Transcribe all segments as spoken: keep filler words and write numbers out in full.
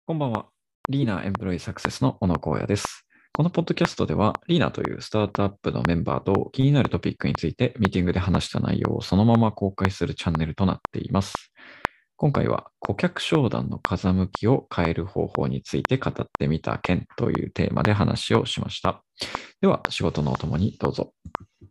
こんばんは。リーナーエンプロイサクセスの小野光也です。このポッドキャストでは、リーナーというスタートアップのメンバーと気になるトピックについてミーティングで話した内容をそのまま公開するチャンネルとなっています。今回は顧客商談の風向きを変える方法について語ってみた件というテーマで話をしました。では、仕事のお供にどうぞ。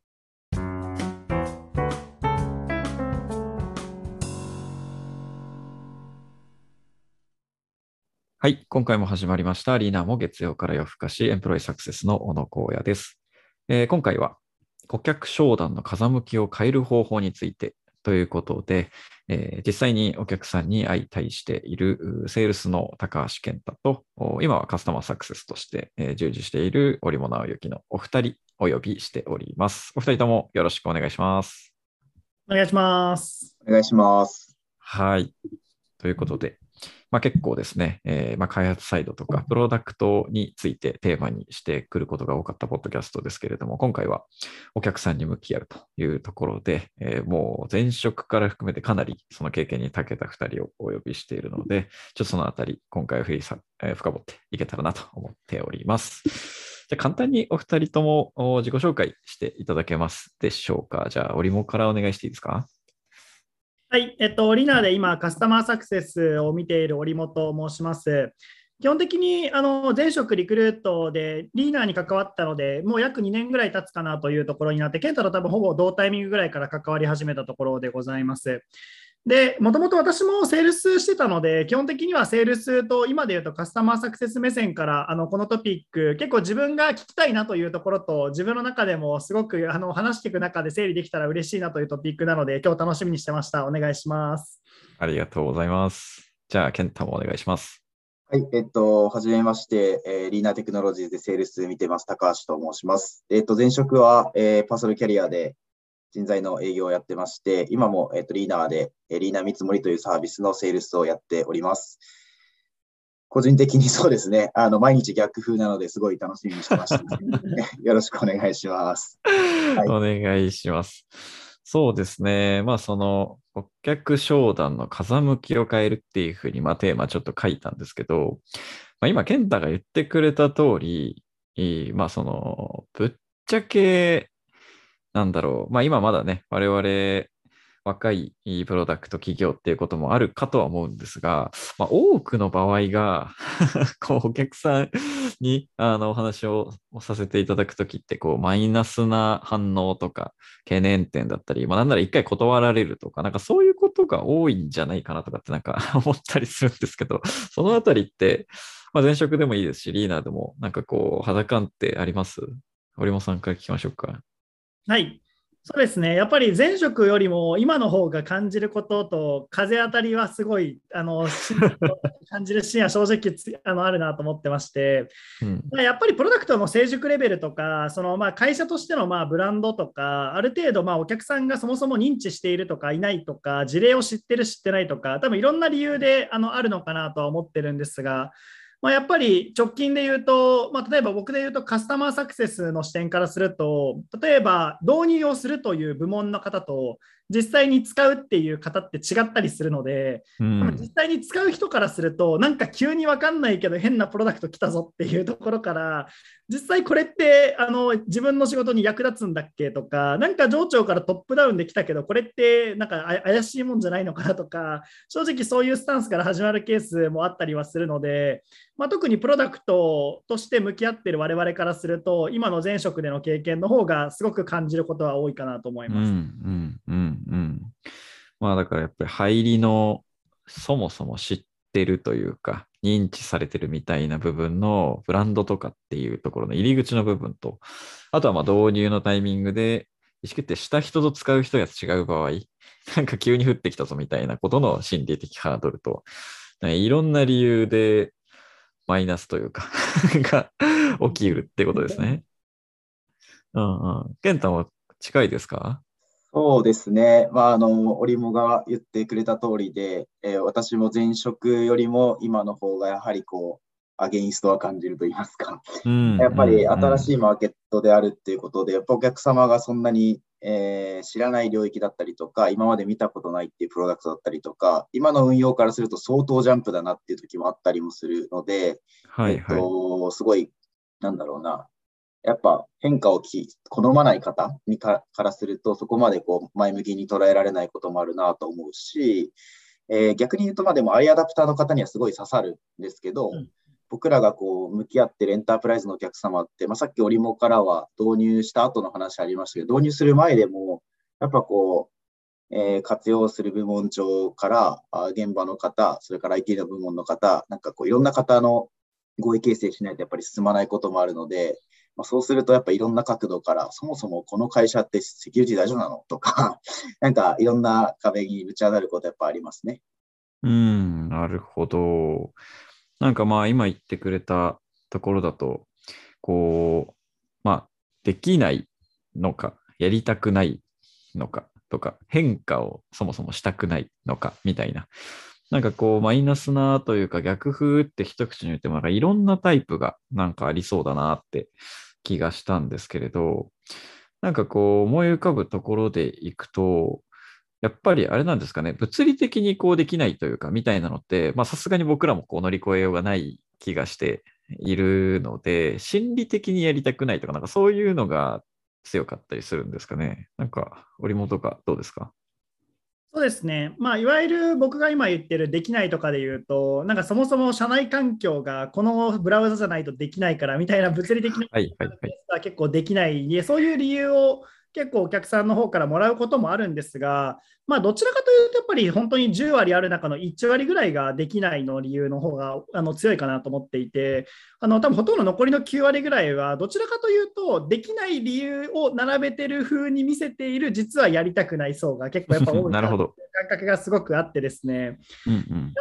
はい、今回も始まりました。リーナーも月曜から夜更かしエンプロイサクセスの小野光也です。えー今回は顧客商談の風向きを変える方法についてということで、えー実際にお客さんに相対しているうセールスの高橋健太と、お今はカスタマーサクセスとして、えー従事している織物直之のお二人お呼びしております。お二人ともよろしくお願いします。 お願いします。 お願いします。 はい。ということで、まあ、結構ですね、えーまあ、開発サイドとかプロダクトについてテーマにしてくることが多かったポッドキャストですけれども、今回はお客さんに向き合うというところで、えーもう前職から含めてかなりその経験に長けたふたりをお呼びしているので、ちょっとそのあたり、今回は深掘っていけたらなと思っております。じゃあ簡単にお二人ともお自己紹介していただけますでしょうか。じゃあ、オリモからお願いしていいですか。 はい、えっと、リナーで今、カスタマーサクセスを見ている織本と申します。基本的にあの前職リクルートでリーナーに関わったので、もう約にねんぐらい経つかなというところになって、ケンタと多分ほぼ同タイミングぐらいから関わり始めたところでございます。で、もともと私もセールスしてたので、基本的にはセールスと今で言うとカスタマーサクセス目線からあのこのトピック、結構自分が聞きたいなというところと、自分の中でもすごくあの話していく中で整理できたら嬉しいなというトピックなので、今日楽しみにしてました。お願いします。 ありがとうございます。じゃあ、ケンタもお願いします。 はい、えっと、はじめまして、えーリーナーテクノロジーズでセールス見てます、高橋と申します。えっと、前職は、えーパーソナルキャリアで人材の営業をやってまして、今も、えっと、リーナーで、えーリーナー見積もりというサービスのセールスをやっております。個人的にそうですね、あの、毎日逆風なのですごい楽しみにしてました。よろしくお願いします。はい、 お願いします。そうですね。まあ、その、顧客商談の風向きを変えるっていうふうに、まあ、テーマちょっと書いたんですけど、まあ、今、健太が言ってくれた通り、いいまあ、その、ぶっちゃけ、なんだろう。まあ、今まだね、我々、若いプロダクト企業っていうこともあるかとは思うんですが、まあ、多くの場合がこうお客さんにあのお話をさせていただくときって、こうマイナスな反応とか懸念点だったり、まあ、なんなら一回断られるとか、なんかそういうことが多いんじゃないかなとかってなんか思ったりするんですけど、そのあたりって、まあ、前職でもいいですし、リーナーでもなんかこう肌感ってあります？堀本さんから聞きましょうか。 はい。そうですね。やっぱり前職よりも今の方が感じることと風当たりはすごいあのし感じるシーンは正直つあのあるなと思ってまして、 うん。 まあやっぱりプロダクトの成熟レベルとか、そのまあ会社としてのまあブランドとか、ある程度まあお客さんがそもそも認知しているとかいないとか、事例を知ってる知ってないとか、多分いろんな理由であのあるのかなとは思ってるんですが、まあ、やっぱり直近で言うと、まあ、例えば僕で言うとカスタマーサクセスの視点からすると、例えば導入をするという部門の方と実際に使うっていう方って違ったりするので、 うん。 実際に使う人からすると、なんか急に分かんないけど変なプロダクト来たぞっていうところから、実際これってあの自分の仕事に役立つんだっけとか、なんか上長からトップダウンで来たけど、これってなんか怪しいもんじゃないのかなとか、正直そういうスタンスから始まるケースもあったりはするので、まあ、特にプロダクトとして向き合っている我々からすると、今の前職での経験の方がすごく感じることは多いかなと思いうん、うます。 ん、うん、うん。まあだからやっぱり入りのそもそも知ってるというか認知されてるみたいな部分のブランドとかっていうところの入り口の部分と、あとはまあ導入のタイミングで意思決定した人と使う人が違う場合、なんか急に降ってきたぞみたいなことの心理的ハードルと、いろんな理由でマイナスというかが起きうるってことですね。うんうん。ケンタも近いですか？ そうですね。まあ、あの、オリモが言ってくれた通りで、えー私も前職よりも今の方がやはりこう、アゲインストは感じると言いますか。 うん、うん、 やっぱりうん。 新しいマーケットであるっていうことで、やっぱお客様がそんなにえー知らない領域だったりとか、今まで見たことないっていうプロダクトだったりとか、今の運用からすると相当ジャンプだなっていう時もあったりもするので、えっはいはい。 と、すごい、なんだろうな。やっぱ変化をき好まない方にかからすると、そこまでこう前向きに捉えられないこともあるなと思うし、えー逆に言うと、まあでも、アイアダプターの方にはすごい刺さるんですけど、 うん。 僕らがこう向き合ってるエンタープライズのお客様って、まあ、さっきオリモからは導入した後の話ありましたけど、導入する前でも、やっぱこう、えー活用する部門長からあ現場の方、それから アイティー の部門の方、なんかこういろんな方の合意形成しないとやっぱり進まないこともあるので、まあ、そうするとやっぱいろんな角度から、そもそもこの会社ってセキュリティ大丈夫なのとか、なんかいろんな壁にぶち当たることやっぱありますね。 うん、なるほど。なんかまあ今言ってくれたところだと、こう、まあ、できないのか、やりたくないのかとか、変化をそもそもしたくないのかみたいな。なんかこう、マイナスなというか逆風って一口に言っても、なんかいろんなタイプがなんかありそうだなって気がしたんですけれど、なんかこう、思い浮かぶところでいくと、やっぱりあれなんですかね、物理的にこうできないというか、みたいなのって、まあさすがに僕らもこう乗り越えようがない気がしているので、心理的にやりたくないとか、なんかそういうのが強かったりするんですかね。なんか、織本とかどうですか？ そうですね。まあ、いわゆる僕が今言ってるできないとかで言うと、なんかそもそも社内環境がこのブラウザじゃないとできないからみたいな物理的なケはいはいはい。 ースは結構できないで、そういう理由を結構お客さんの方からもらうこともあるんですが、まあ、どちらかというと、やっぱり本当にじゅう割ある中のいち割ぐらいができないの理由の方があの強いかなと思っていて、あの多分ほとんど残りのきゅう割ぐらいは、どちらかというと、できない理由を並べてる風に見せている、実はやりたくない層が結構やっぱ多いななるほど。 感覚がすごくあってですね、 うんうん。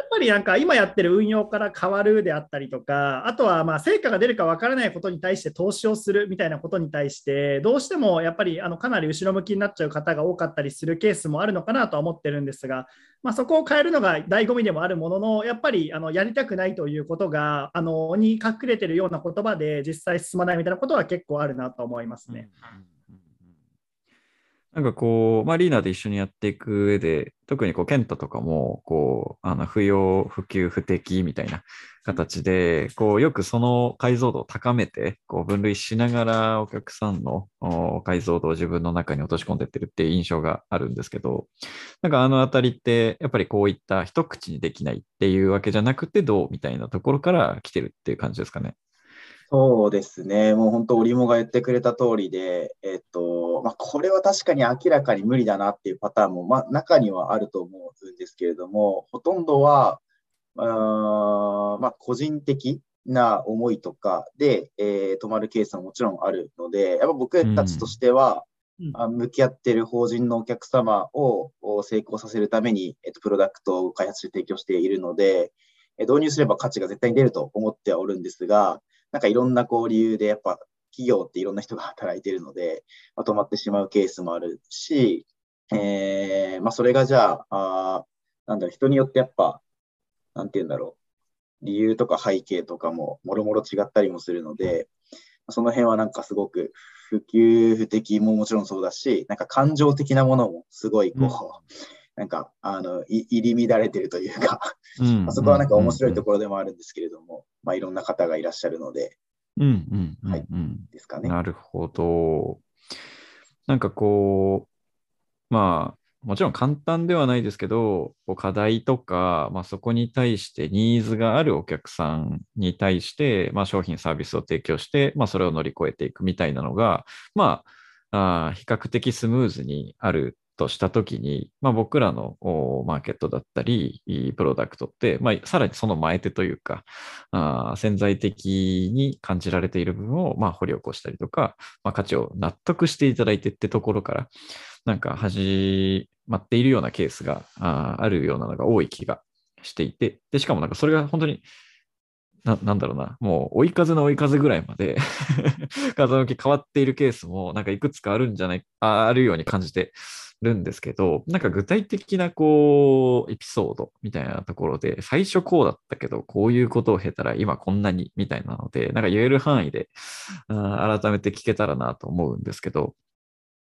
やっぱりなんか今やってる運用から変わるであったりとか、あとはまあ成果が出るかわからないことに対して投資をするみたいなことに対して、どうしてもやっぱりあのかなり後ろ向きになっちゃう方が多かったりするケースもあるのかなとは思ってるんですが、まあ、そこを変えるのが醍醐味でもあるものの、やっぱりあのやりたくないということがあのに隠れてるような言葉で実際進まないみたいなことは結構あるなと思いますうんうんね。 うんうん。なんかこう、まあ、リーナーで一緒にやっていく上で、特にこう、ケンタとかも、こう、あの、不要、不急、不適みたいな形で、こう、よくその解像度を高めて、こう、分類しながらお客さんのお解像度を自分の中に落とし込んでってるっていう印象があるんですけど、なんかあのあたりって、やっぱりこういった一口にできないっていうわけじゃなくて、どうみたいなところから来てるっていう感じですかね。 そうですね。もう本当、織茂が言ってくれた通りで、えっと、まあ、これは確かに明らかに無理だなっていうパターンも、まあ、中にはあると思うんですけれども、ほとんどは、あーまあ、個人的な思いとかで、えー止まるケースはもちろんあるので、やっぱ僕たちとしうん。 ては、 うん。 あ向き合っている法人のお客様をを成功させるために、えっと、プロダクトを開発して提供しているので、え導入すれば価値が絶対に出ると思ってはおるんですが、なんかいろんなこう理由で、やっぱ企業っていろんな人が働いているので、まあ、止まってしまうケースもあるし、えーまあ、それがじゃあ、あなんだろう、人によってやっぱ、なんて言うんだろう、理由とか背景とかももろもろ違ったりもするので、その辺はなんかすごく普及不適ももちろんそうだし、なんか感情的なものもすごいうん。 こう、なんかあのい入り乱れてるというか、 うん。うまあそこはなんん。 か面うん。うん。 白いところでもあるんですけれども、まあ、いろんな方がいらっしゃるので、 うん。うん。うはい、 ん。うん。 ですかね。 なるほど。なんかこう、まあ、もちろん簡単ではないですけど、こう課題とか、まあ、そこに対してニーズがあるお客さんに対して、まあ、商品サービスを提供して、まあ、それを乗り越えていくみたいなのが、まあ、あー比較的スムーズにあるとしたときに、まあ、僕らのおマーケットだったり、いいプロダクトって、まあ、さらにその前手というか、あー潜在的に感じられている部分を、まあ、掘り起こしたりとか、まあ、価値を納得していただいてってところから、なんか始まっているようなケースがああるようなのが多い気がしていて、で、しかもなんかそれが本当にな、なんだろうな、もう追い風の追い風ぐらいまで風向き変わっているケースもなんかいくつかあるんじゃない、あ、あるように感じてるんですけど、なんか具体的なこう、エピソードみたいなところで、最初こうだったけど、こういうことを経たら今こんなにみたいなので、なんか言える範囲であ改めて聞けたらなと思うんですけど、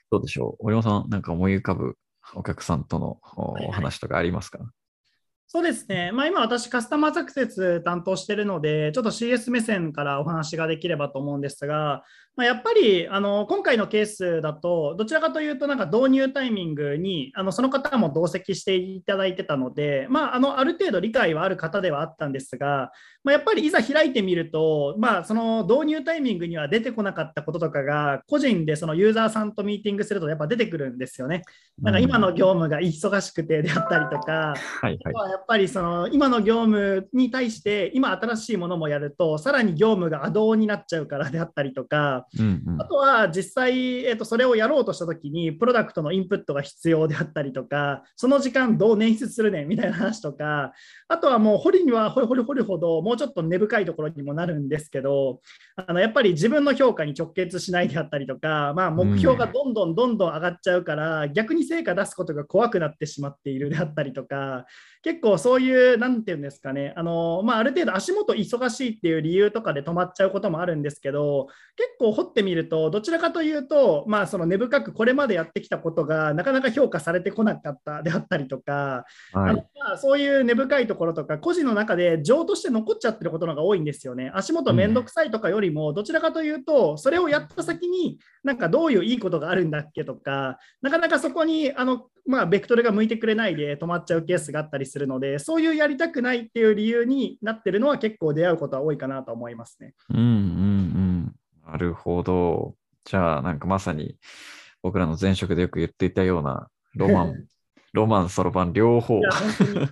どうでしょう。折茂さん、なんか思い浮かぶお客さんとのおはいはい。 話とかありますか？ そうですね。まあ、今私カスタマーサクセス担当しているので、ちょっと シーエス 目線からお話ができればと思うんですが、まあ、やっぱりあの今回のケースだと、どちらかというとなんか導入タイミングにあのその方も同席していただいてたので、まあ、あのある程度理解はある方ではあったんですが、まあ、やっぱりいざ開いてみると、まあ、その導入タイミングには出てこなかったこととかが、個人でそのユーザーさんとミーティングするとやっぱ出てくるんですよね。なんか今うん。 の業務が忙しくてであったりとか、 はいはい。 やっぱりその今の業務に対して今新しいものもやるとさらに業務がアドオンになっちゃうからであったりとか、 うんうん。 あとは実際、えっと、それをやろうとしたときにプロダクトのインプットが必要であったりとか、その時間どう捻出するねんみたいな話とか、あとはもう掘りには掘り掘り掘るほどもうちょっと根深いところにもなるんですけど、あのやっぱり自分の評価に直結しないであったりとか、まあ、 う目標がん。 どんどんどんどん上がっちゃうから逆に成果出すことが怖くなってしまっているであったりとか、結構そういう、なんていうんですかね、あのまあ、ある程度足元忙しいっていう理由とかで止まっちゃうこともあるんですけど、結構掘ってみると、どちらかというと、まあ、その根深くこれまでやってきたことがなかなか評価されてこなかったであったりとか、あのはい。 まあ、そういう根深いところとか、個人の中で情として残っちゃってることのが多いんですよね。足元めんどうん。 くさいとかよりも、どちらかというと、それをやった先に、なんかどういういいことがあるんだっけとか、なかなかそこにあのまあ、ベクトルが向いてくれないで止まっちゃうケースがあったりするので、そういうやりたくないっていう理由になってるのは結構出会うことは多いかなと思いますね。 うんうんうん。なるほど。じゃあ、なんかまさに僕らの前職でよく言っていたようなロマン、ロマン、そろばん両方。 いや、本当に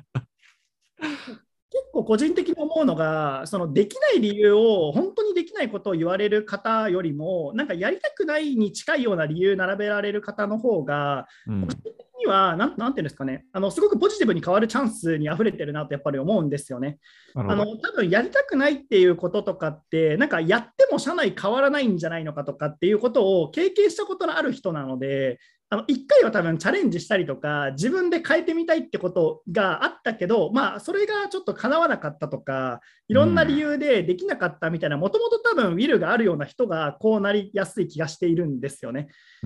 結構個人的に思うのが、そのできない理由を本当にできないことを言われる方よりも、なんかやりたくないに近いような理由並べられる方の方が、 うん。 個人的にはなん、なんていうんですかね、あのすごくポジティブに変わるチャンスに溢れてるなとやっぱり思うんですよね。 なるほど。 あの多分やりたくないっていうこととかって、なんかやっても社内変わらないんじゃないのかとかっていうことを経験したことのある人なので、あのいっかいは多分チャレンジしたりとか、自分で変えてみたいってことがあったけど、まあ、それがちょっと叶わなかったとか、いろんな理うん。 由でできなかったみたいな、もともと多分ウィルがあるような人がこうなりやすい気がしているんですよね。 うん。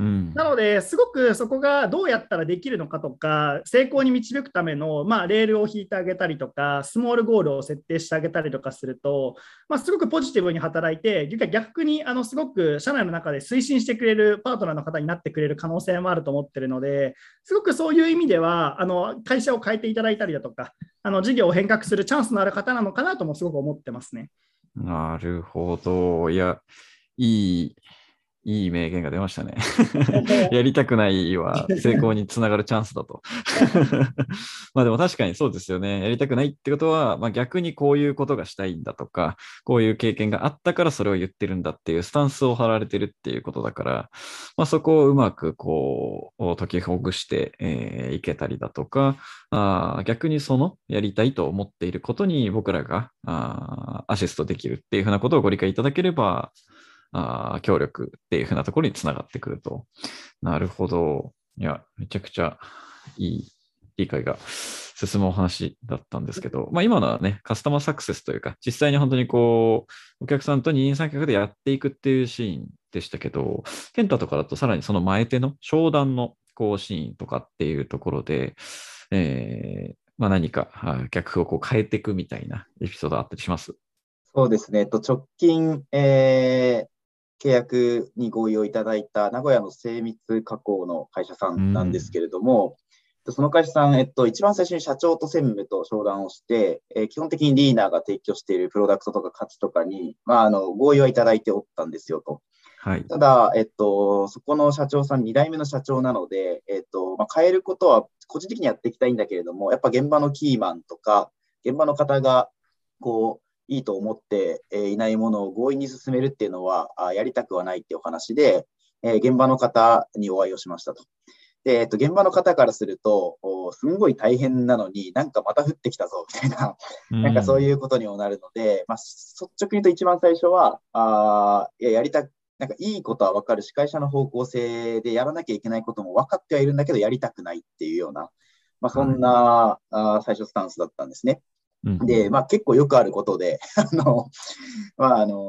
なので、すごくそこがどうやったらできるのかとか、成功に導くための、まあ、レールを引いてあげたりとか、スモールゴールを設定してあげたりとかすると、まあ、すごくポジティブに働いて、逆にあのすごく社内の中で推進してくれるパートナーの方になってくれる可能性もあると思っているので、すごくそういう意味では、あの会社を変えていただいたりだとか、あの事業を変革するチャンスのある方なのかなともすごく思ってますね。 なるほど。いや、いい、いい名言が出ましたね。やりたくないは成功につながるチャンスだと。まあでも確かにそうですよね。やりたくないってことは、まあ逆にこういうことがしたいんだとか、こういう経験があったからそれを言ってるんだっていうスタンスを張られてるっていうことだから、まあそこをうまくこう解きほぐして、えーいけたりだとか、あー逆にそのやりたいと思っていることに僕らがあーアシストできるっていうふうなことをご理解いただければ、あー協力っていうふうなところにつながってくると。なるほど。いや、めちゃくちゃいい理解が進むお話だったんですけど、まあ今のはね、カスタマーサクセスというか、実際に本当にこう、お客さんと二人三脚でやっていくっていうシーンでしたけど、ケンタとかだとさらにその前手の商談のこうシーンとかっていうところで、えーまあ何かあ逆風をこう変えていくみたいなエピソードあったりします？ そうですね。えっと、直近、えー契約に合意をいただいた名古屋の精密加工の会社さうんなんですん。 けれども、その会社さん、えっと、一番最初に社長と専務と商談をして、えー基本的にリーナーが提供しているプロダクトとか価値とかに、まあ、あの、合意はいただいておったんですよと。 はい。 ただ、えっと、そこの社長さん、に代目の社長なので、えっと、まあ、変えることは個人的にやっていきたいんだけれども、やっぱ現場のキーマンとか、現場の方が、こう、いいと思っていないものを強引に進めるっていうのは、あやりたくはないっていうお話で、えー現場の方にお会いをしましたと。で、えっと、現場の方からすると、おすんごい大変なのになんかまた降ってきたぞ、みたいな、 うなんかそういん。 うことにもなるので、まあ、率直に言うと一番最初は、あいや、やりたなんかいいことは分かるし、会社の方向性でやらなきゃいけないことも分かってはいるんだけど、やりたくないっていうような、まあ、そんはい。 なあ最初スタンスだったんですね。 うん。 で、まあ、結構よくあることで、あの、まあ、あの、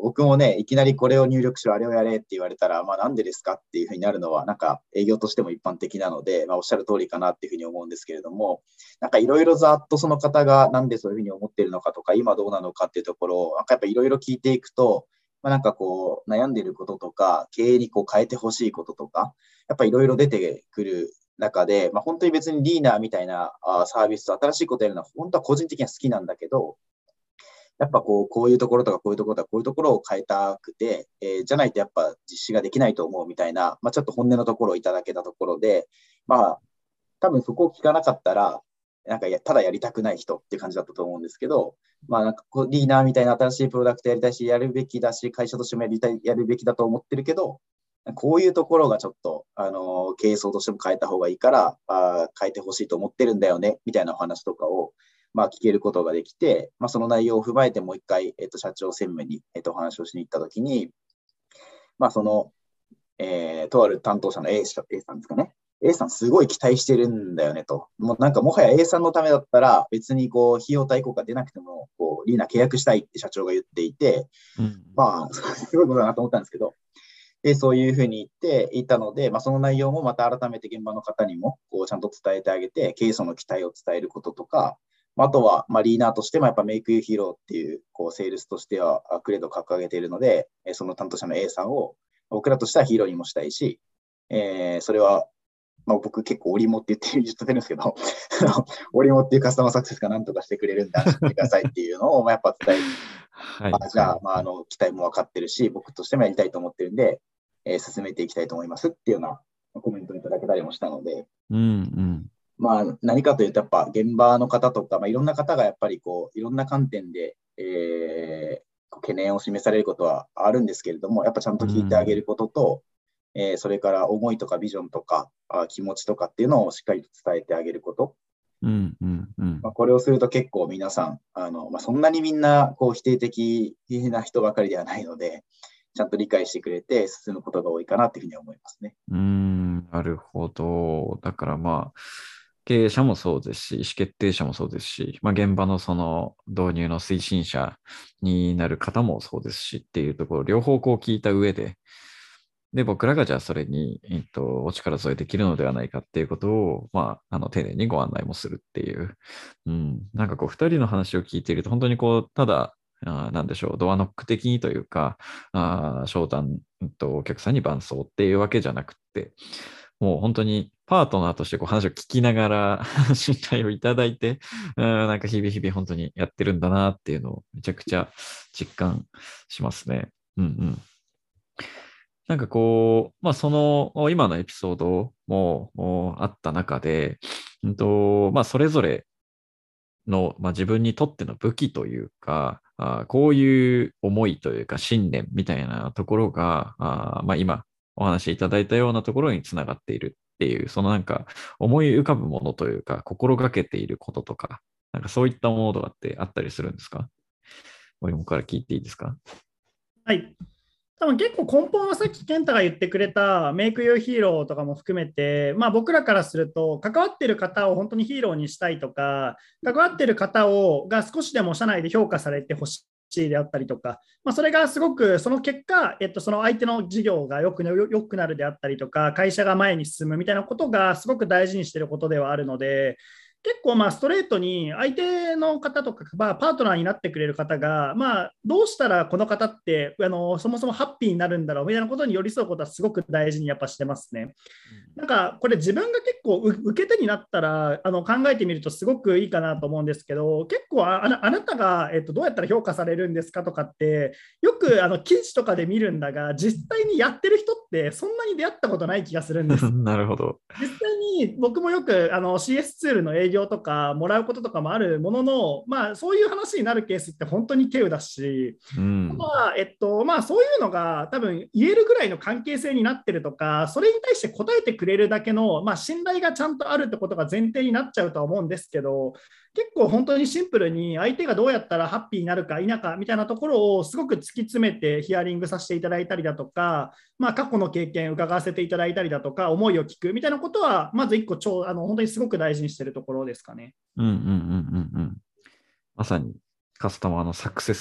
僕もね、いきなりこれを入力しろ、あれをやれって言われたら、まあなんでですかっていうふうになるのは、なんか営業としても一般的なので、まあおっしゃる通りかなっていうふうに思うんですけれども、なんかいろいろざっとその方がなんでそういうふうに思っているのかとか、今どうなのかっていうところを、なんかやっぱいろいろ聞いていくと、まあ、なんかこう悩んでいることとか、経営にこう変えてほしいこととか、やっぱいろいろ出てくる中で、まあ、本当に別にリーナーみたいなあサービス、新しいことやるのは本当は個人的には好きなんだけど、やっぱこう、こういうところとかこういうところとかこういうところを変えたくて、えーじゃないとやっぱ実施ができないと思うみたいな、まあ、ちょっと本音のところをいただけたところで、まあ、多分そこを聞かなかったら、なんかやただやりたくない人っていう感じだったと思うんですけど、まあなんかこうリーナーみたいな新しいプロダクトやりたいし、やるべきだし、会社としてもやりたい、やるべきだと思ってるけど、こういうところがちょっと、あの、経営層としても変えた方がいいから、あ変えてほしいと思ってるんだよね、みたいなお話とかを、まあ聞けることができて、まあその内容を踏まえてもう一回、えっと、社長専務に、えっと、お話をしに行ったときに、まあその、えーとある担当者の A さん A さんですかね。A さんすごい期待してるんだよねと。もうなんかもはや A さんのためだったら別にこう費用対効果出なくてもこうリーナ契約したいって社長が言っていて、 うん、 まあすごいことだなと思ったんですけど、でそういうふうに言っていたので、まあ、その内容もまた改めて現場の方にもこうちゃんと伝えてあげて、経営層の期待を伝えることとか、あとは、まあ、リーナーとしてもやっぱメイクユーヒーローっていう、こう、セールスとしてはクレードを掲げているので、その担当者の A さんを僕らとしてはヒーローにもしたいし、えー、それは、まあ、僕結構オリモって言って言ってるんですけど、オリモっていうカスタマーサクセスが何とかしてくれるんで安心してくださいっていうのを、まあ、やっぱ伝えて、 はい、 あじゃあ、まあ、あの、期待も分かってるし、僕としてもやりたいと思ってるんで、えー、進めていきたいと思いますっていうようなコメントをいただけたりもしたので、 うんうん、 まあ、何かというと、やっぱ現場の方とか、まあ、いろんな方がやっぱりこう、いろんな観点で、えー、懸念を示されることはあるんですけれども、やっぱちゃんと聞いてあげることと、うんえー、それから思いとかビジョンとかあ気持ちとかっていうのをしっかりと伝えてあげること。 うんうんうんまあ、これをすると結構皆さん、あのまあ、そんなにみんなこう否定的な人ばかりではないので、ちゃんと理解してくれて進むことが多いかなというふうに思いますね。 うーん、なるほど。だからまあ、経営者もそうですし、意思決定者もそうですし、まあ、現場のその導入の推進者になる方もそうですしっていうところ、両方こう聞いた上で、で、僕らがじゃあそれに、えっと、お力添えできるのではないかっていうことを、まあ、あの、丁寧にご案内もするっていう、うん、なんかこう、二人の話を聞いていると、本当にこう、ただ、あーなんでしょう、ドアノック的にというか、あー商談とお客さんに伴走っていうわけじゃなくて、もう本当にパートナーとしてこう話を聞きながら信頼をいただいて、うんなんか日々日々本当にやってるんだなっていうのをめちゃくちゃ実感しますね。うんうん。なんかこう、まあその今のエピソードももあった中で、うんとまあそれぞれの、まあ、自分にとっての武器というか、あこういう思いというか信念みたいなところが、あまあ今お話しいただいたようなところにつながっているっていう、そのなんか思い浮かぶものというか、心がけていることとか、なんかそういったものとかってあったりするんですか？俺もから聞いていいですか？ はい。多分結構根本はさっき健太が言ってくれたメイクユーヒーローとかも含めて、まあ、僕らからすると関わってる方を本当にヒーローにしたいとか、関わってる方をが少しでも社内で評価されてほしいであったりとか、まあ、それがすごくその結果、えっと、その相手の事業が良くなる良くなるであったりとか、会社が前に進むみたいなことがすごく大事にしていることではあるので、結構まあストレートに相手の方とか、まあ、パートナーになってくれる方が、まあ、どうしたらこの方ってあのそもそもハッピーになるんだろうみたいなことに寄り添うことはすごく大事にやっぱしてますね。なんかこれ自分が結構受け手になったらあの考えてみるとすごくいいかなと思うんですけど、結構あなあなたが、えっと、どうやったら評価されるんですかとかってよくあの記事とかで見るんだが、実際にやってる人ってそんなに出会ったことない気がするんです。 なるほど。 実際に僕もよくあの シーエスツールの営業とかもらうこととかもあるものの、まあ、そういう話になるケースって本当に稀有だし、 うん。 あとは、えっとまあ、そういうのが多分言えるぐらいの関係性になってるとか、それに対して答えてくれるだけの、まあ、信頼がちゃんとあるってことが前提になっちゃうとは思うんですけど、結構本当にシンプルに相手がどうやったらハッピーになるか否かみたいなところをすごく突き詰めてヒアリングさせていただいたりだとか、まあ、過去の経験を伺わせていただいたりだとか、思いを聞くみたいなことは、まず一個超あの本当にすごく大事にしているところですかね。 うんうんうんうんうん。まさにカスタマーのサクセス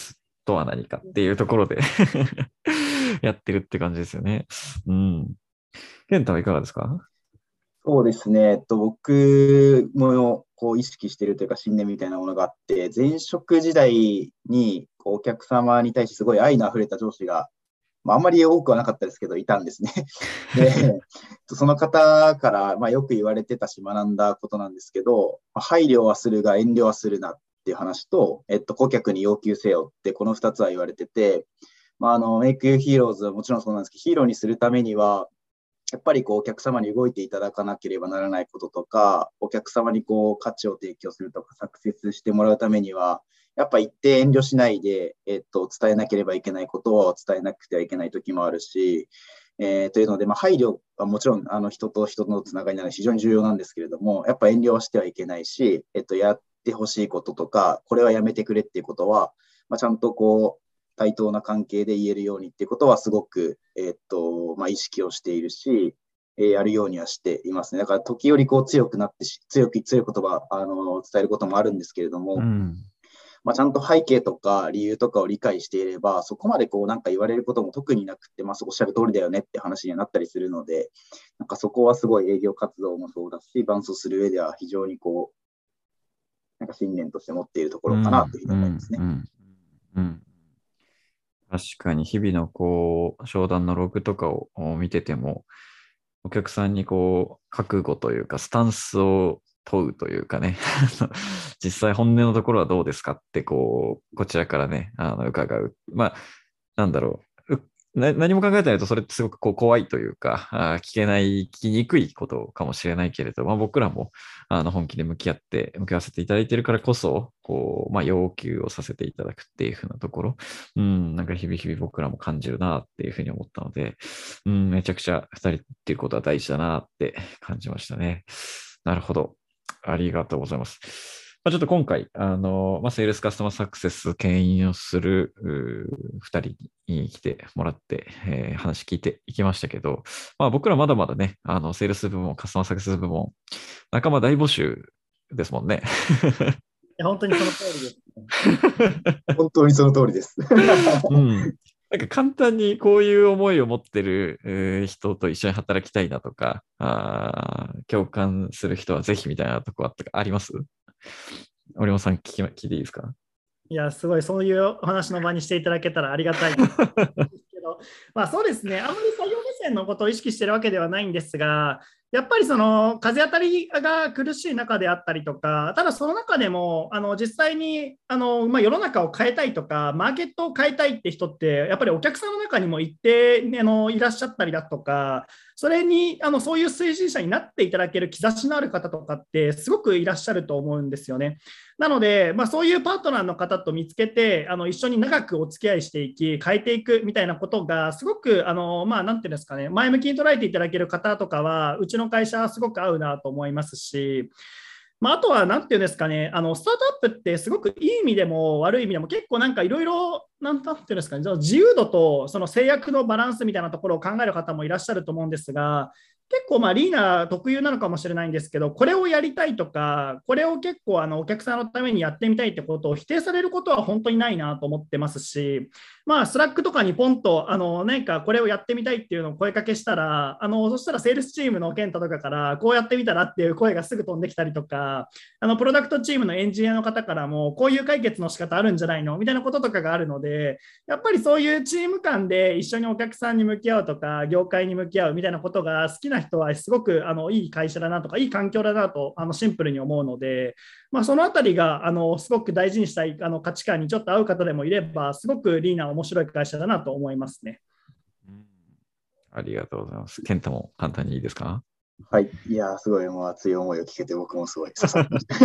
とは何かっていうところでやってるって感じですよね。うん。健太はいかがですか？ そうですね。えっと、僕もこう意識しているというか信念みたいなものがあって、前職時代にこうお客様に対してすごい愛の溢れた上司が、まあ、あんまり多くはなかったですけど、いたんですね。で、その方から、まあ、よく言われてたし学んだことなんですけど、まあ配慮はするが遠慮はするなっていう話と、えっと、顧客に要求せよってこのふたつは言われてて、まあ、あの、メイクユーヒーローズはもちろんそうなんですけど、ヒーローにするためには、やっぱりこうお客様に動いていただかなければならないこととか、お客様にこう価値を提供するとか、サクセスしてもらうためには、やっぱ一定遠慮しないで、えっと、伝えなければいけないことを伝えなくてはいけない時もあるし、えー、というので、まあ、配慮はもちろんあの人と人とのつながりなので非常に重要なんですけれども、やっぱ遠慮はしてはいけないし、えっと、やってほしいこととか、これはやめてくれっていうことは、まあ、ちゃんとこう、対等な関係で言えるようにっていうことはすごく、えっと、まあ、意識をしているし、えーやるようにはしていますね。だから時折こう強くなってし、強く強い言葉、あの、伝えることもあるんですけれども、 うん。 まあ、ちゃんと背景とか理由とかを理解していれば、そこまでこうなんか言われることも特になくて、まあ、おっしゃる通りだよねって話にはなったりするので、なんかそこはすごい営業活動もそうだし、伴走する上では非常にこう、なんか信念として持っているとこうん。 ろかなというふうにうん。 思いますね。 うん。うん。確かに日々のこう、商談のログとかを見てても、お客さんにこう、覚悟というか、スタンスを問うというかね、実際本音のところはどうですかって、こう、こちらからね、あの、伺う。まあ、なんだろう。うな何も考えてないと、それってすごくこう怖いというか、あー聞けない、聞きにくいことかもしれないけれど、まあ僕らも、あの、本気で向き合って、向き合わせていただいているからこそ、こう、まあ要求をさせていただくっていうふうなところ、うん、なんか日々日々僕らも感じるなっていうふうに思ったので、うん、めちゃくちゃ二人っていうことは大事だなって感じましたね。なるほど。ありがとうございます。まあ、ちょっと今回、あの、まあ、セールスカスタマーサクセス牽引をするう二人に来てもらって、えー話聞いていきましたけど、まあ、僕らまだまだね、あの、セールス部門、カスタマーサクセス部門、仲間大募集ですもんね。 いや本当にその通りです。 本当にその通りです。 うん。なんか簡単にこういう思いを持ってるえー人と一緒に働きたいなとか、あー共感する人はぜひみたいなとこあったかあります？森本さん聞き、聞いていいですか？ いや、すごい、そういうお話の場にしていただけたらありがたいですけど、まあそうですね、あんまり採用目線のことを意識しているわけではないんですが、やっぱりその風当たりが苦しい中であったりとか、ただその中でもあの実際にあの、まあ、世の中を変えたいとか、マーケットを変えたいって人って、やっぱりお客さんの中にも一定、ね、あのいらっしゃったりだとか、それにあのそういう推進者になっていただける兆しのある方とかって、すごくいらっしゃると思うんですよね。なので、まあ、そういうパートナーの方と見つけて、あの一緒に長くお付き合いしていき、変えていくみたいなことが、すごく、あのまあ、なんていうんですかね、前向きに捉えていただける方とかは、うちの会社はすごく合うなと思いますし、まあ、あとは、なんていうんですかね、あのスタートアップってすごくいい意味でも悪い意味でも結構なんかいろいろ、なんていうんですかね、その自由度とその制約のバランスみたいなところを考える方もいらっしゃると思うんですが、結構まあリーナ特有なのかもしれないんですけど、これをやりたいとか、これを結構あのお客さんのためにやってみたいってことを否定されることは本当にないなと思ってますし、まあ、スラックとかにポンとあの何かこれをやってみたいっていうのを声かけしたら、あのそしたらセールスチームの健太とかからこうやってみたらっていう声がすぐ飛んできたりとか、あのプロダクトチームのエンジニアの方からもこういう解決の仕方あるんじゃないのみたいなこととかがあるので、やっぱりそういうチーム間で一緒にお客さんに向き合うとか、業界に向き合うみたいなことが好きな人はすごくあのいい会社だなとか、いい環境だなとあのシンプルに思うので、まあ、そのあたりがあのすごく大事にしたいあの価値観にちょっと合う方でもいれば、すごくリーナー面白い会社だなと思いますね。 ありがとうございます。健太も簡単にいいですか？ はい。いやー、すごい、もう熱い思いを聞けて、僕もすごい刺さってました。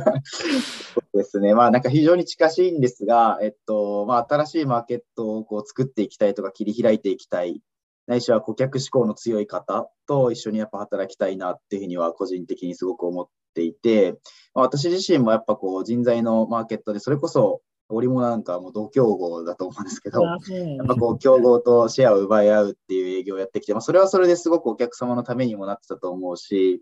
そうですね。まあ、なんか非常に近しいんですが、えっと、まあ、新しいマーケットをこう作っていきたいとか、切り開いていきたい、ないしは顧客志向の強い方と一緒にやっぱ働きたいなっていうふうには、個人的にすごく思っていて、まあ、私自身もやっぱこう、人材のマーケットで、それこそ、織物なんかもう同競合だと思うんですけど、 あそうなんですやっぱこう、競合とシェアを奪い合うっていう営業をやってきて、まあ、それはそれですごくお客様のためにもなってたと思うし、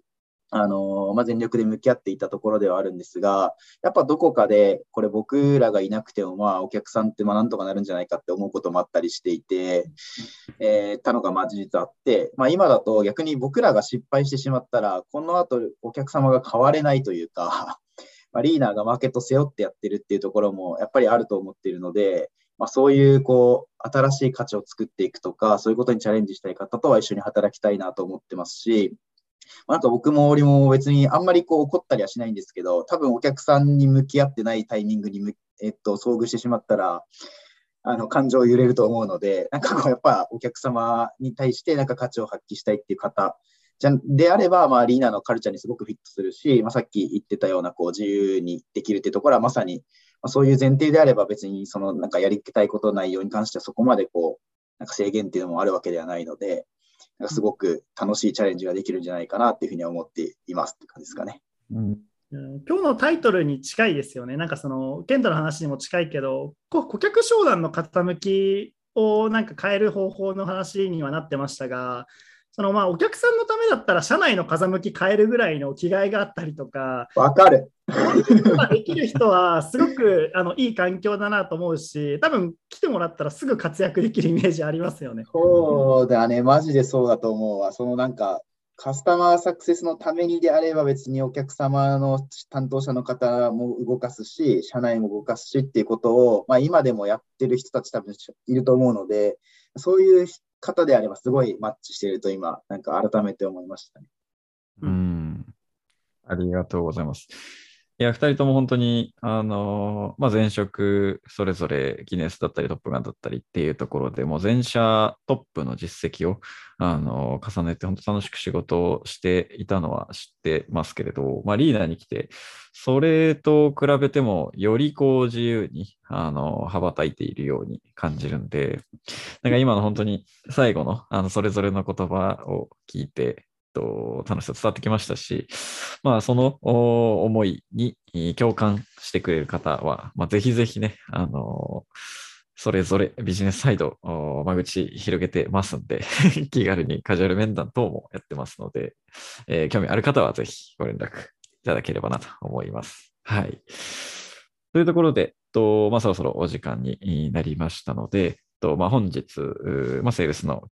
あの、まあ、全力で向き合っていたところではあるんですが、やっぱどこかで、これ僕らがいなくても、まあ、お客さんってまあなんとかなるんじゃないかって思うこともあったりしていて、えー、たのがまあ事実あって、まあ、今だと逆に僕らが失敗してしまったら、この後お客様が変われないというか、まあ、リーナーがマーケット背負ってやってるっていうところもやっぱりあると思っているので、まあ、そういうこう新しい価値を作っていくとか、そういうことにチャレンジしたい方とは一緒に働きたいなと思ってますし、なんか僕も俺も別にあんまりこう怒ったりはしないんですけど、多分お客さんに向き合ってないタイミングにむ、えっと、遭遇してしまったら、あの感情揺れると思うので、なんかこうやっぱお客様に対してなんか価値を発揮したいっていう方じゃであれば、まあ、リーナのカルチャーにすごくフィットするし、まあ、さっき言ってたようなこう自由にできるっていうところはまさに、まあ、そういう前提であれば別にそのなんかやりたいこと内容に関してはそこまでこうなんか制限っていうのもあるわけではないので、なんかすごく楽しいチャレンジができるんじゃないかなっていうふうには思っていますって感じですかね。 うん、今日のタイトルに近いですよね。なんかその、ケンタの話にも近いけど、こ顧客商談の傾きをなんか変える方法の話にはなってましたが、そのまあお客さんのためだったら社内の風向き変えるぐらいの気概があったりとか、 わかる。 できる人はすごくあのいい環境だなと思うし、多分来てもらったらすぐ活躍できるイメージありますよね。 そうだね、マジでそうだと思うわ。そのなんかカスタマーサクセスのためにであれば別にお客様の担当者の方も動かすし、社内も動かすしっていうことを、まあ、今でもやってる人たち多分いると思うので、そういう方であればすごいマッチしていると今、なんか改めて思いましたね。 うん。ありがとうございます。いや、二人とも本当に、あのまあ、前職、それぞれギネスだったりトップガンだったりっていうところでもう全社トップの実績を、あの重ねて本当楽しく仕事をしていたのは知ってますけれど、まあ、リーダーに来て、それと比べてもよりこう自由に、あの羽ばたいているように感じるんで、なんか今の本当に最後の、あのそれぞれの言葉を聞いて、と楽しさ伝わってきましたし、まあ、その思いに共感してくれる方は、まあ、ぜひぜひね、あのそれぞれビジネスサイド、間口広げてますんで、気軽にカジュアル面談等もやってますので、えー興味ある方はぜひご連絡いただければなと思います。はい。というところで、とまあ、そろそろお時間になりましたので、とまあ、本日、まあ、セールスの